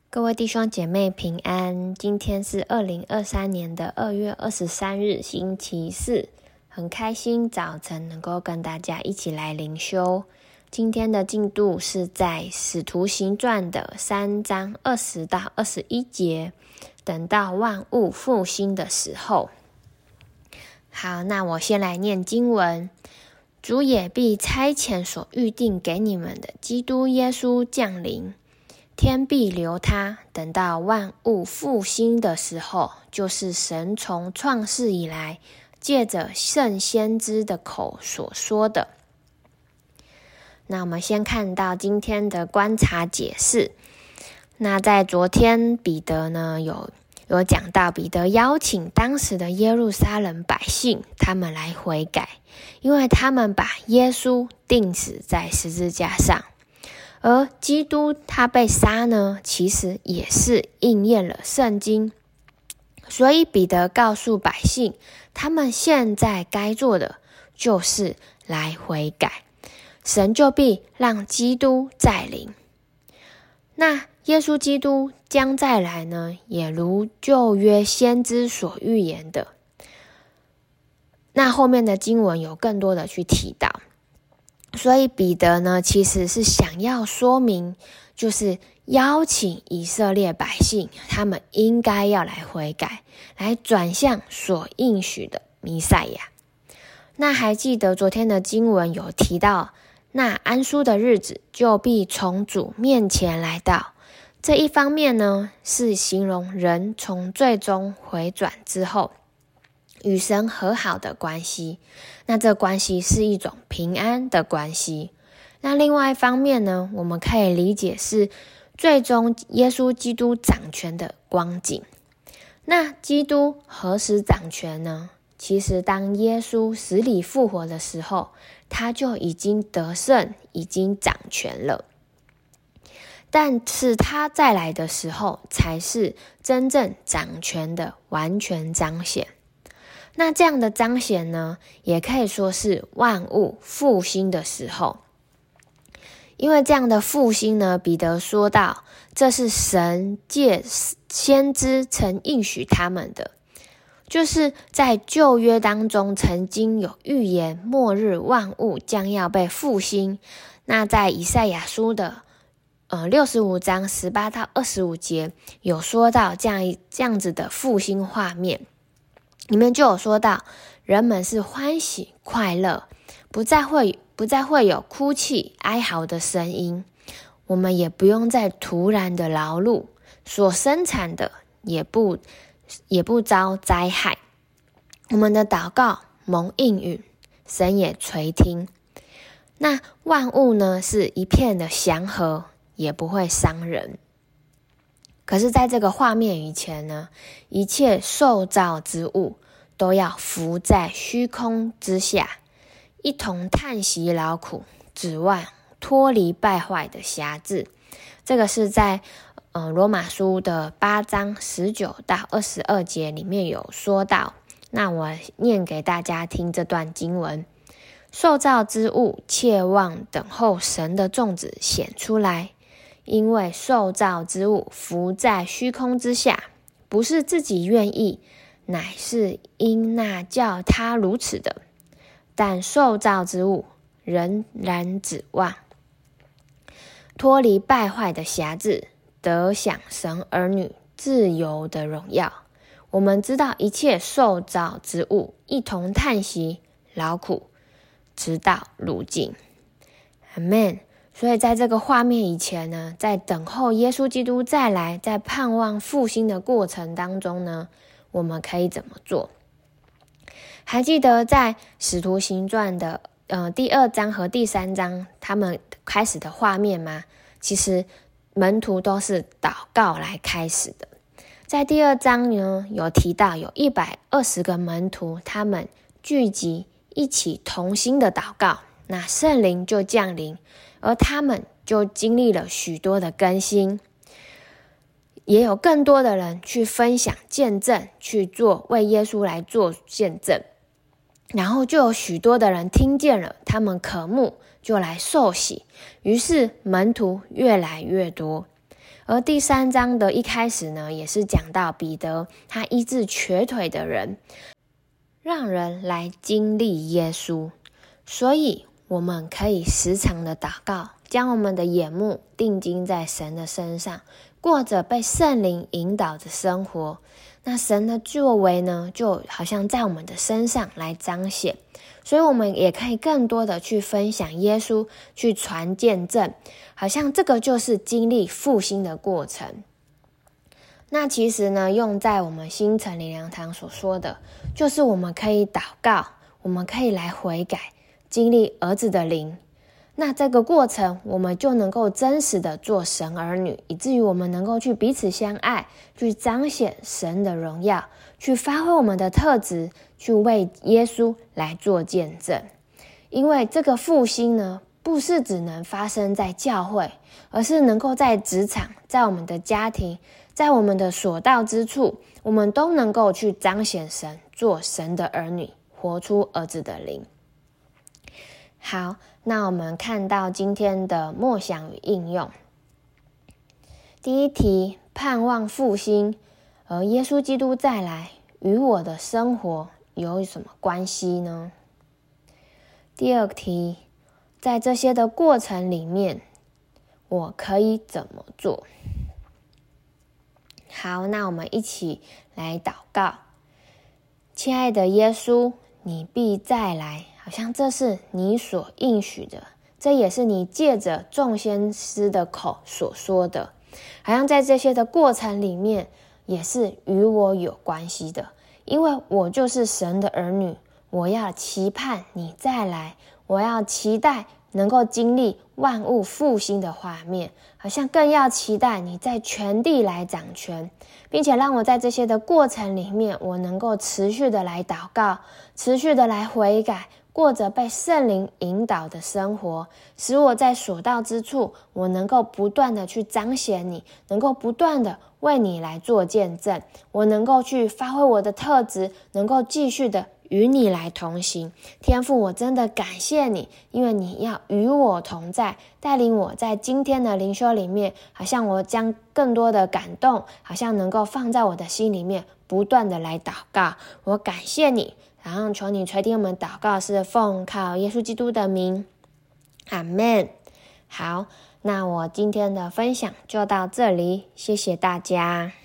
各位弟兄姐妹平安，今天是2023年的2月23日星期四，很开心早晨能够跟大家一起来灵修。今天的进度是在使徒行传的3章20到21节，等到万物复兴的时候。好，那我先来念经文。主也必差遣所预定给你们的基督耶稣降临，天必留他，等到万物复兴的时候，就是神从创世以来借着圣先知的口所说的。那我们先看到今天的观察解释。那在昨天彼得呢有讲到，彼得邀请当时的耶路撒冷百姓他们来悔改，因为他们把耶稣钉死在十字架上。而基督他被杀呢，其实也是应验了圣经。所以彼得告诉百姓，他们现在该做的就是来悔改，神就必让基督再临。那耶稣基督将再来呢，也如旧约先知所预言的。那后面的经文有更多的去提到。所以彼得呢，其实是想要说明，就是邀请以色列百姓，他们应该要来悔改，来转向所应许的弥赛亚。那还记得昨天的经文有提到，那安舒的日子就必从主面前来到。这一方面呢，是形容人从罪中回转之后与神和好的关系，那这关系是一种平安的关系。那另外一方面呢，我们可以理解是最终耶稣基督掌权的光景。那基督何时掌权呢？其实当耶稣死里复活的时候，他就已经得胜，已经掌权了。但是他再来的时候，才是真正掌权的完全彰显。那这样的彰显呢，也可以说是万物复兴的时候。因为这样的复兴呢，彼得说到，这是神借先知曾应许他们的，就是在旧约当中曾经有预言末日万物将要被复兴。那在以赛亚书的65章18到25节有说到这样子的复兴画面，里面就有说到，人们是欢喜快乐，不再会有哭泣哀嚎的声音，我们也不用再突然的劳碌，所生产的也不遭灾害。我们的祷告蒙应允，神也垂听。那万物呢，是一片的祥和，也不会伤人。可是在这个画面以前呢，一切受造之物都要伏在虚空之下，一同叹息劳苦，指望脱离败坏的辖制。这个是在罗马书的8章19到22节里面有说到。那我念给大家听这段经文。受造之物切望等候神的种子显出来，因为受造之物伏在虚空之下，不是自己愿意，乃是因那叫他如此的。但受造之物仍然指望脱离败坏的辖制，得享神儿女自由的荣耀。我们知道一切受造之物一同叹息劳苦，直到如今。阿们。所以在这个画面以前呢，在等候耶稣基督再来，在盼望复兴的过程当中呢，我们可以怎么做？还记得在使徒行传的第2章和第3章他们开始的画面吗？其实门徒都是祷告来开始的。在第2章呢，有提到有120个门徒，他们聚集一起同心的祷告，那圣灵就降临，而他们就经历了许多的更新，也有更多的人去分享见证，去为耶稣来做见证。然后就有许多的人听见了，他们渴慕，就来受洗，于是门徒越来越多。 而第3章的一开始呢，也是讲到彼得他医治瘸腿的人，让人来经历耶稣。所以我们可以时常的祷告，将我们的眼目定睛在神的身上，过着被圣灵引导的生活。那神的作为呢，就好像在我们的身上来彰显，所以我们也可以更多的去分享耶稣，去传见证，好像这个就是经历复兴的过程。那其实呢，用在我们新城灵粮堂所说的，就是我们可以祷告，我们可以来悔改，经历儿子的灵。那这个过程我们就能够真实的做神儿女，以至于我们能够去彼此相爱，去彰显神的荣耀，去发挥我们的特质，去为耶稣来做见证。因为这个复兴呢，不是只能发生在教会，而是能够在职场，在我们的家庭，在我们的所到之处，我们都能够去彰显神，做神的儿女，活出儿子的灵。好，那我们看到今天的默想与应用。第一题，盼望复兴，而耶稣基督再来与我的生活有什么关系呢？第二题，在这些的过程里面，我可以怎么做？好，那我们一起来祷告。亲爱的耶稣，你必再来，好像这是你所应许的，这也是你借着众先知的口所说的，好像在这些的过程里面也是与我有关系的，因为我就是神的儿女，我要期盼你再来，我要期待能够经历万物复兴的画面，好像更要期待你在全地来掌权，并且让我在这些的过程里面，我能够持续的来祷告，持续的来悔改，过着被圣灵引导的生活，使我在所到之处，我能够不断的去彰显你，能够不断的为你来做见证，我能够去发挥我的特质，能够继续的与你来同行。天父，我真的感谢你，因为你要与我同在，带领我在今天的灵修里面，好像我将更多的感动，好像能够放在我的心里面，不断的来祷告。我感谢你，然后求你垂听我们祷告，是奉靠耶稣基督的名，阿们。好，那我今天的分享就到这里，谢谢大家。